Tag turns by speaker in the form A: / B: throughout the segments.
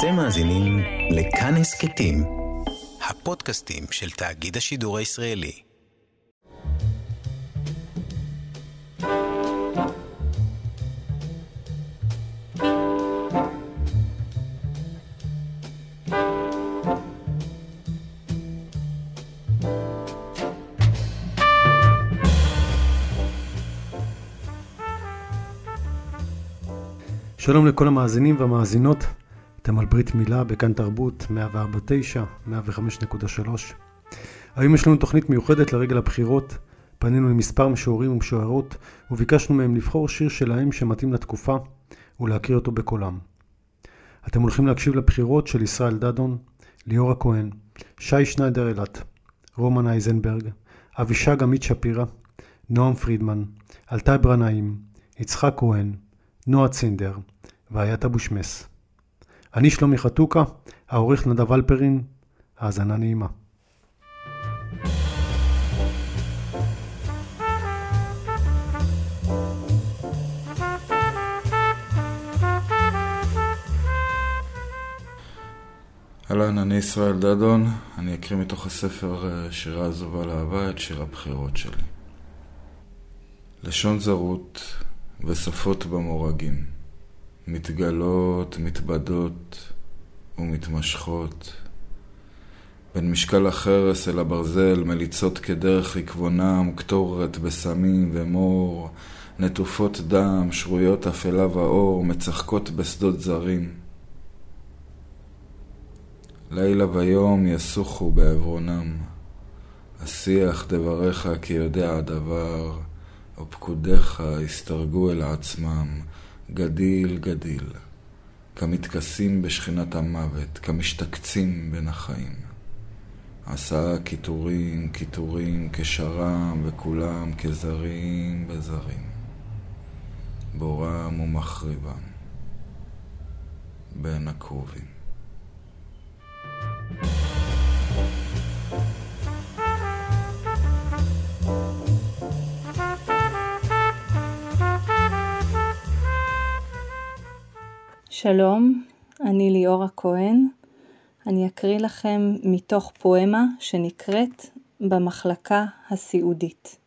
A: אתם מאזינים לכאן הסכתים, הפודקאסטים של תאגיד השידור הישראלי.
B: שלום לכל המאזינים והמאזינות, אתם על ברית מילה בכאן תרבות 104.9, 105.3. היום יש לנו תוכנית מיוחדת לרגל הבחירות. פנינו למספר משוררים ומשוררות וביקשנו מהם לבחור שיר שלהם שמתאים לתקופה ולהקריא אותו בקולם. אתם הולכים להקשיב לבחירות של ישראל דדון, ליאור הכהן, שי שניידר אילת, רומן אייזנברג, אבישג עמית שפירא, נועם פרידמן, אלתאי ברנאים, יצחק כהן, נועה צינדר ואיית אבו שמס. אני שלומי חתוקה, העורך נדב אלפרין, האזנה נעימה.
C: אהלן, אני ישראל דדון, אני אקריא מתוך הספר שירה עזובה לאהבה את שיר הבחירות שלי. לשון זרות ושפות במורגים, מתגלות, מתבדות ומתמשכות. בין משקל החרס אל הברזל, מליצות כדרך רקבונם, קטורת בסמים ומור, נטופות דם, שרויות אפלה ואור, מצחקות בשדות זרים. לילה ויום יסוחו בעברונם, השיח דבריך כי יודע הדבר, ופקודיך הסתרגו אל עצמם, גדיל גדיל, כמתכסים בשכינת המוות, כמשתקצים בין החיים. עשה כיתורים, כיתורים כשרם, וכולם כזרים בזרים, בורם ומחריבם בין הקרובים.
D: שלום, אני ליאור הכהן. אני אקריא לכם מתוך פואמה שנקראת במחלקה הסיעודית.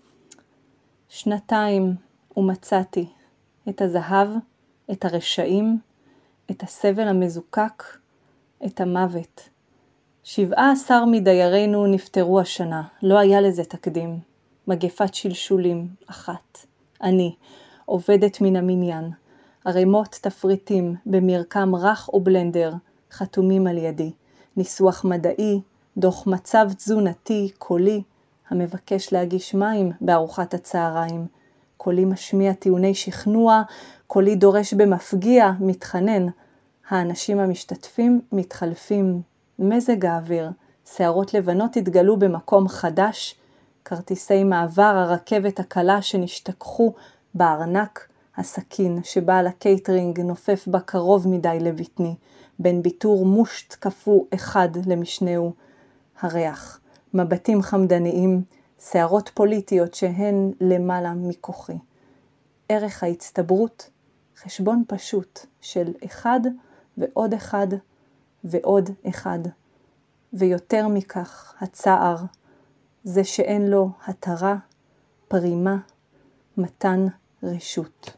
D: 2 ומצאתי את הזהב, את הרשעים, את הסבל המזוקק, את המוות. 17 מדיירינו נפטרו השנה, לא היה לזה תקדים. מגפת שלשולים אחת. אני, עובדת מן המניין. ערימות תפריטים במרקם רך ובלנדר חתומים על ידי. ניסוח מדעי, דוח מצב תזונתי, קולי, המבקש להגיש מים בארוחת הצהריים. קולי משמיע טיעוני שכנוע, קולי דורש במפגיע, מתחנן. האנשים המשתתפים מתחלפים. מזג האוויר, שערות לבנות התגלו במקום חדש, כרטיסי מעבר הרכבת הקלה שנשתכחו בארנק, הסכין שבעל הקייטרינג נופף בה קרוב מדי לבטני, בין ביטור מושט כפו אחד למשנהו, הריח, מבטים חמדניים, שערות פוליטיות שהן למעלה מכוחי. ערך ההצטברות, חשבון פשוט של 1 ועוד 1 ועוד 1, ויותר מכך הצער, זה שאין לו התרה, פרימה, מתן רשות.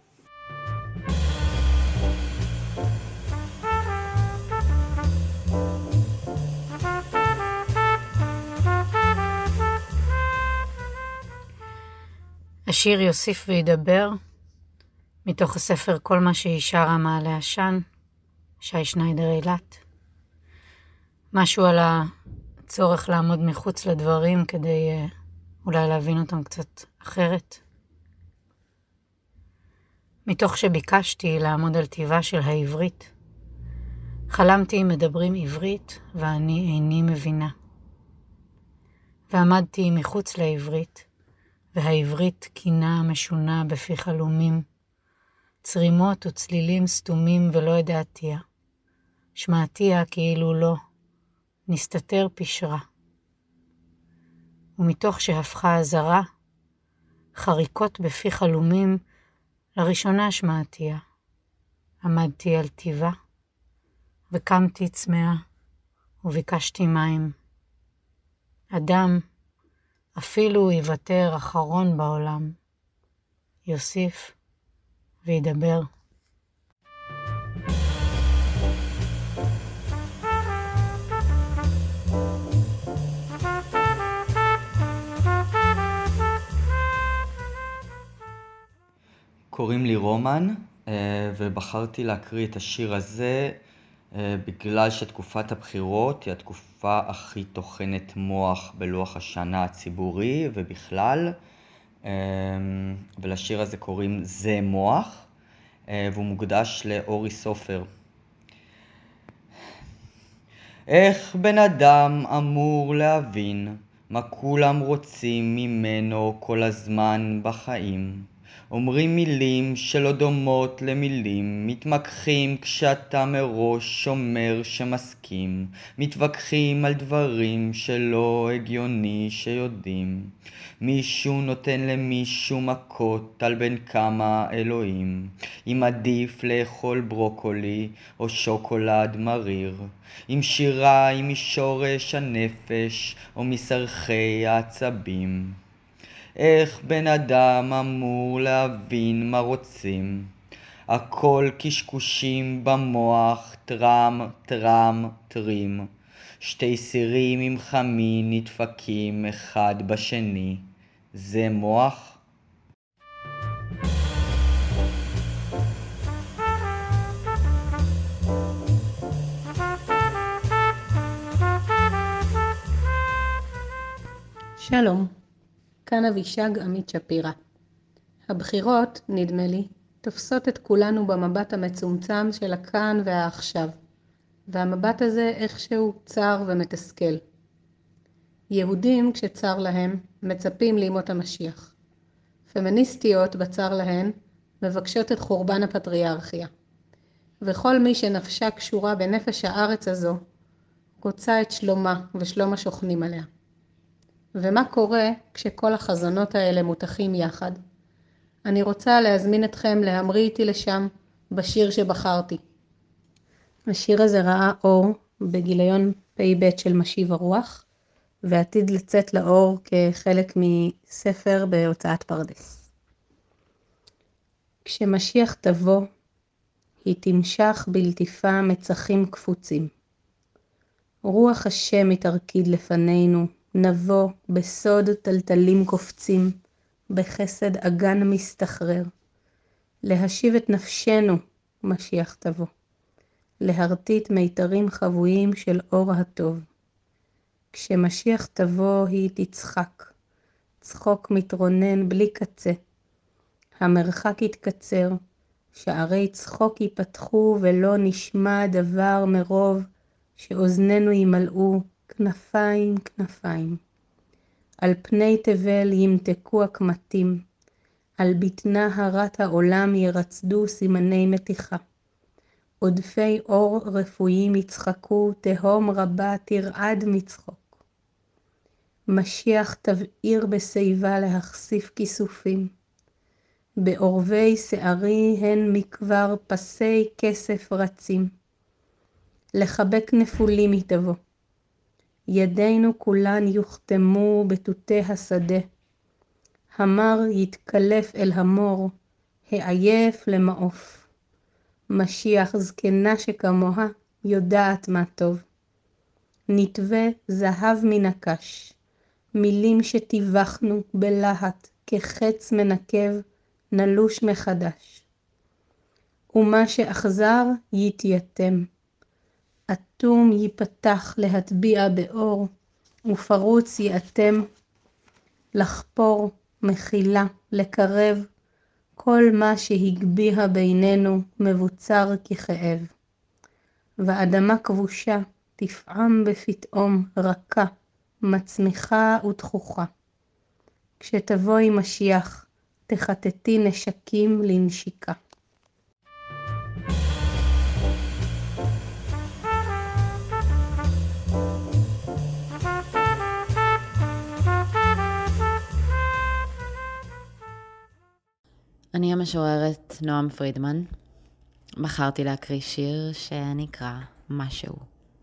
E: השיר יוסיף וידבר מתוך הספר כל מה שהיא שרה מעלה עשן, שי שניידר אילת. משהו על הצורך לעמוד מחוץ לדברים כדי אולי להבין אותם קצת אחרת. מתוך שביקשתי לעמוד על טבעה של העברית, חלמתי מדברים עברית ואני איני מבינה. ועמדתי מחוץ לעברית, והעברית קינה משונה בפי חלומים, צרימות וצלילים סתומים ולא ידעתיה. שמעתיה כאילו לא, נסתתר פשרה. ומתוך שהפכה הזרה, חריקות בפי חלומים, לראשונה שמעתיה. עמדתי על טבעה, וקמתי צמאה, וביקשתי מים. אדם, אפילו יוותר אחרון בעולם, יוסיף וידבר.
F: קוראים לי רומן, ובחרתי להקריא את השיר הזה בגלל שתקופת הבחירות היא התקופה הכי תוכנת מוח בלוח השנה הציבורי ובכלל, ולשיר הזה קוראים זה מוח, והוא מוקדש לאורי סופר. איך בן אדם אמור להבין מה כולם רוצים ממנו כל הזמן בחיים? אומרים מילים שלא דומות למילים, מתמקחים כשאתה מראש שומר שמסכים, מתווכחים על דברים שלא הגיוני שיודעים. מישהו נותן למישהו מכות על בין כמה אלוהים, אם עדיף לאכול ברוקולי או שוקולד מריר, עם שירה היא משורש הנפש או מסרחי העצבים. איך בן אדם אמור להבין מה רוצים? הכל קשקושים במוח, טרם, טרם, טרים. שתי סירים עם חמין נדפקים אחד בשני. זה מוח?
G: שלום, כאן אבישג עמית שפירא. הבחירות, נדמה לי, תופסות את כולנו במבט המצומצם של הכאן והעכשיו, והמבט הזה איכשהו צר ומתסכל. יהודים, כשצר להם, מצפים לימות המשיח. פמיניסטיות בצר להן, מבקשות את חורבן הפטריארכיה. וכל מי שנפשה קשורה בנפש הארץ הזו, רוצה את שלומה ושלום השוכנים עליה. ומה קורה כשכל החזונות האלה מותחים יחד? אני רוצה להזמין אתכם להמריא איתי לשם בשיר שבחרתי. השיר הזה ראה אור בגיליון פ"ב של משיב הרוח, ועתיד לצאת לאור כחלק מספר בהוצאת פרדס. כשמשיח תבוא, היא תמשך בלטיפה מצחים קפוצים. רוח השם מתרקיד לפנינו, נבוא בסוד טלטלים קופצים, בחסד אגן מסתחרר. להשיב את נפשנו, משיח תבוא. להרטיט מיתרים חבויים של אור הטוב. כשמשיח תבוא היא תצחק, צחוק מתרונן בלי קצה. המרחק יתקצר, שערי צחוק ייפתחו ולא נשמע דבר מרוב שאוזננו ימלאו כנפיים כנפיים. על פני תבל ימתקו הקמטים, על בטנה הרת העולם ירצדו סימני מתיחה. עודפי אור רפואיים יצחקו, תהום רבה תרעד מצחוק. משיח תבעיר בשיבה להחשיף כיסופים. בעורבי שערי הן מכבר פסי כסף רצים. לחבק נפולים היא תבוא. ידינו כולן יוחתמו בתותי השדה. המר יתקלף אל המור, העייף למעוף. משיח זקנה שכמוה יודעת מה טוב. נתווה זהב מן הקש, מילים שטיווחנו בלהט כחץ מנקב נלוש מחדש. ומה שאחזר יתייתם. אטום ייפתח להטביע באור, ופרוץ יאתם לחפור, מחילה, לקרב, כל מה שהגביע בינינו מבוצר ככאב. ואדמה כבושה תפעם בפתאום רכה, מצמיחה ותחוכה. כשתבואי משיח, תחטטי נשקים לנשיקה.
H: אני המשוררת נועם פרידמן. בחרתי להקריא שיר שנקרא משהו.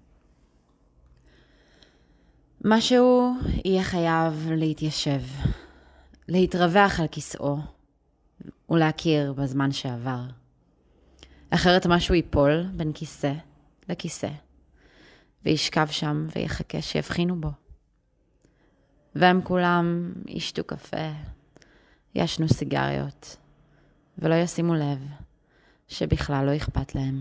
H: משהו יהיה חייב להתיישב, להתרווח על כיסאו ולהכיר בזמן שעבר. אחרת משהו ייפול בין כיסא לכיסא, וישכב שם ויחכה שיבחינו בו. והם כולם ישתו קפה, ישנו סיגריות, ולא ישימו לב שבכלל לא אכפת להם.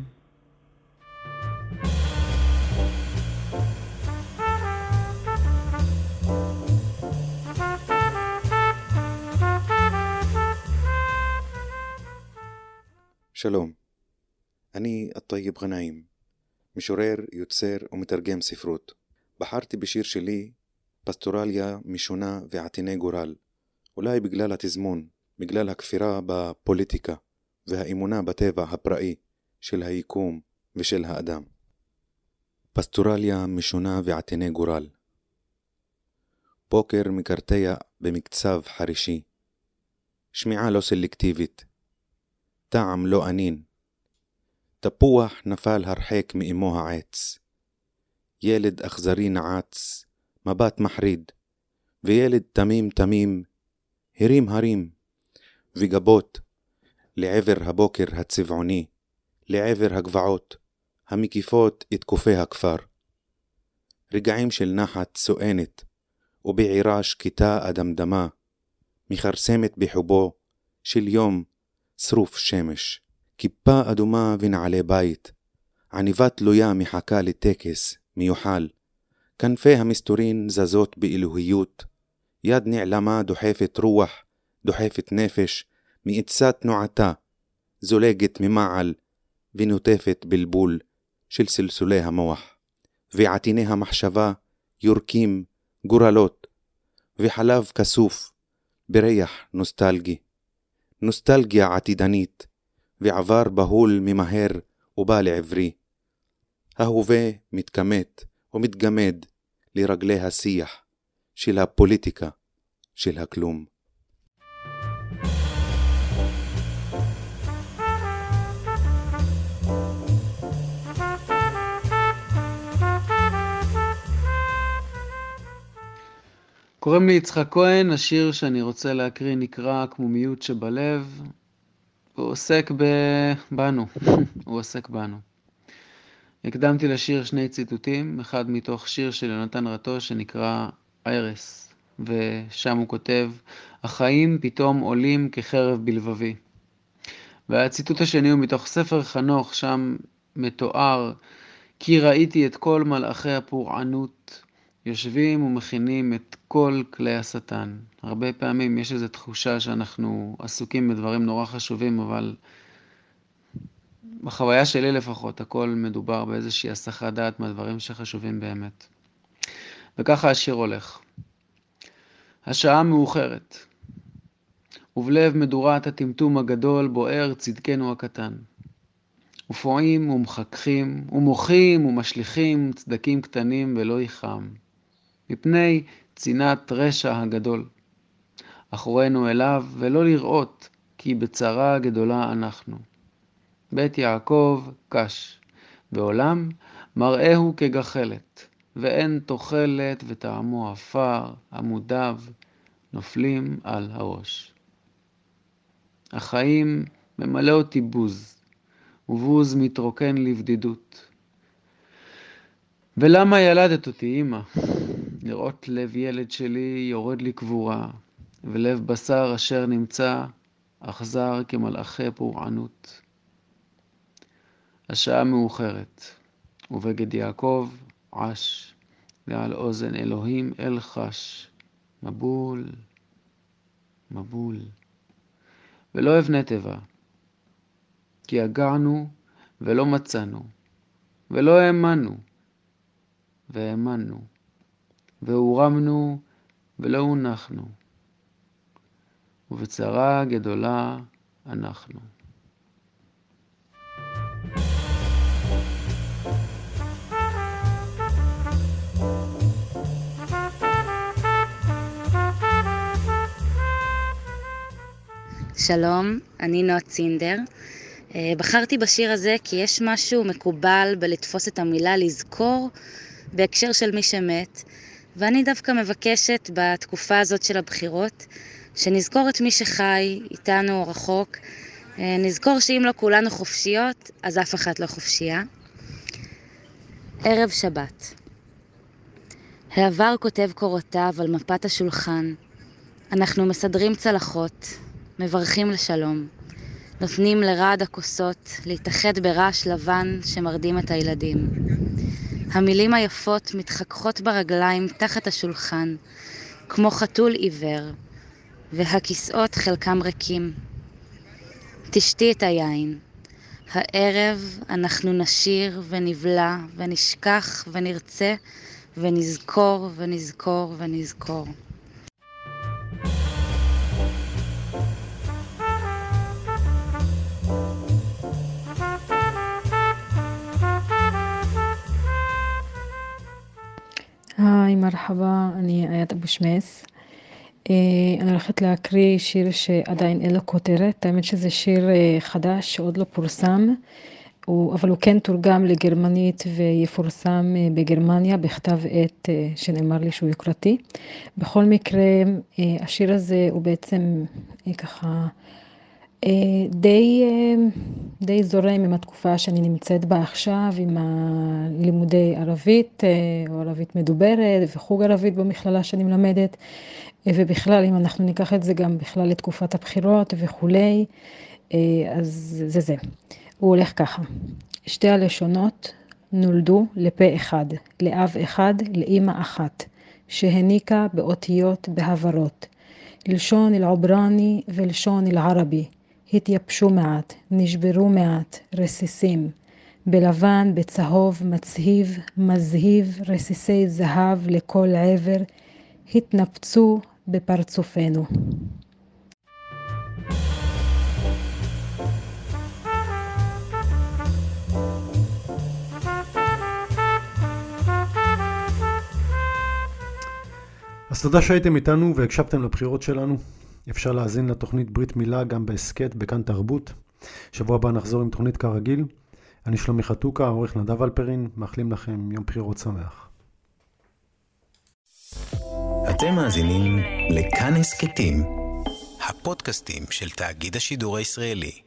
I: שלום, אני الطيب غنايم, משורר, יוצר ומתרגם ספרות. בחרתי בשיר שלי פסטורליה משונה ועטיני גורל, אולי בגלל התזמון, בגלל הכפירה בפוליטיקה והאמונה בטבע הפראי של היקום ושל האדם. פסטורליה משונה ועטיני גורל. בוקר מקרטע במקצב חרישי, שמיעה לא סלקטיבית, טעם לא ענין, תפוח נפל הרחק מאמו העץ, ילד אכזרי נעץ, מבט מחריד, וילד תמים תמים הרים הרים וגבות לעבר הבוקר הצבעוני, לעבר הגבעות המקיפות את קופי הכפר. רגעים של נחת סואנת ובעירה שקטה אדמדמה מחרסמת בחובו של יום שרוף שמש. כיפה אדומה ונעלי בית, עניבה תלויה מחכה לטקס מיוחל, כנפי המסתורין זזות באלוהיות, יד נעלמה דוחפת רוח, דוחפת נפש, מאצת תנועתה, זולגת ממעל ונוטפת בלבול של סלסולי המוח, ועטיני המחשבה יורקים גורלות, וחלב כסוף בריח נוסטלגי, נוסטלגיה עתידנית, ועבר בהול ממהר ובא לעברי. ההווה מתכמת ומתגמד לרגלי השיח של הפוליטיקה של הכלום.
J: קוראים לי יצחק כהן, השיר שאני רוצה להקריא נקרא קמומיות שבלב. הוא עוסק בנו, הוא עוסק בנו. הקדמתי לשיר שני ציטוטים, אחד מתוך שיר של יונתן רטו שנקרא אירס, ושם הוא כותב, החיים פתאום עולים כחרב בלבבי. והציטוט השני הוא מתוך ספר חנוך, שם מתואר, כי ראיתי את כל מלאכי הפורענות, יושבים ומכינים את כל כלי השטן. הרבה פעמים יש איזו תחושה שאנחנו עסוקים בדברים נורא חשובים, אבל בחוויה שלי לפחות, הכל מדובר באיזושהי הסחת דעת מהדברים שחשובים באמת. וככה השיר הולך. השעה מאוחרת, ובלב מדורת הטמטום הגדול בוער צדקנו הקטן. ופועים ומחככים, ומוחים ומשליכים צדקים קטנים ולא יחם. מפני צינת רשע הגדול. אחורנו אליו ולא לראות, כי בצרה גדולה אנחנו. בית יעקב קש, ועולם מראהו כגחלת, ואין תוחלת וטעמו אפר, עמודיו נופלים על הראש. החיים ממלא אותי בוז, ובוז מתרוקן לבדידות. ולמה ילדת אותי, אמא? לראות לב ילד שלי יורד לי קבורה, ולב בשר אשר נמצא אכזר כמלאכי פורענות. השעה מאוחרת, ובגד יעקב עש, ועל אוזן אלוהים אל חש, מבול, מבול. ולא אבנה טבע, כי הגענו ולא מצאנו, ולא האמנו, והאמנו, והורמנו ולא הונחנו, ובצרה גדולה אנחנו.
K: שלום, אני נועה צינדר,
H: בחרתי בשיר הזה כי יש משהו מקובל בלתפוס את המילה לזכור בהקשר של מי שמת, ואני דווקא מבקשת בתקופה הזאת של הבחירות שנזכור את מי שחי איתנו או רחוק, נזכור שאם לא כולנו חופשיות אז אף אחת לא חופשייה. ערב שבת. העבר כותב קורותיו על מפת השולחן. אנחנו מסדרים צלחות, מברכים לשלום, נותנים לרעד הכוסות להתאחד ברעש לבן שמרדים את הילדים. המילים היפות מתחככות ברגליים תחת השולחן, כמו חתול עיוור, והכיסאות חלקם ריקים. תשתי את היין. הערב אנחנו נשיר ונבלע ונשכח ונרצה ונזכור ונזכור ונזכור.
K: היי, מרחבה, אני איית אבו שמס. אני הולכת להקריא שיר שעדיין אין לו כותרת. האמת שזה שיר חדש שעוד לא פורסם, אבל הוא כן תורגם לגרמנית ויפורסם בגרמניה בכתב עת שנאמר לי שהוא יוקרתי. בכל מקרה, השיר הזה הוא בעצם ככה די זורם עם התקופה שאני נמצאת בה עכשיו, עם הלימודי ערבית או ערבית מדוברת וחוג ערבית במכללה שאני מלמדת, ובכלל אם אנחנו ניקח את זה גם בכלל לתקופת הבחירות וכולי, אז זה. הוא הולך ככה: שתי הלשונות נולדו לפה אחד, לאב אחד, לאמא אחת, שהניקה באותיות בהברות. לשון אל-עברני ולשון אל-ערבי התייבשו מעט, נשברו מעט, רסיסים. בלבן, בצהוב, מצהיב, מזהיב, רסיסי זהב לכל עבר, התנפצו בפרצופנו.
B: אז תודה שהייתם איתנו והקשבתם לבחירות שלנו. אפשר להאזין לתוכנית ברית מילה גם בהסקט בכאן תרבות. שבוע הבא נחזור עם תוכנית כרגיל. אני שלומי חתוקה, עורך נדב אלפרין, מאחלים לכם יום בחירות שמח.
A: אתם מאזינים לכאן הסקטים, הפודקאסטים של תאגיד השידור הישראלי.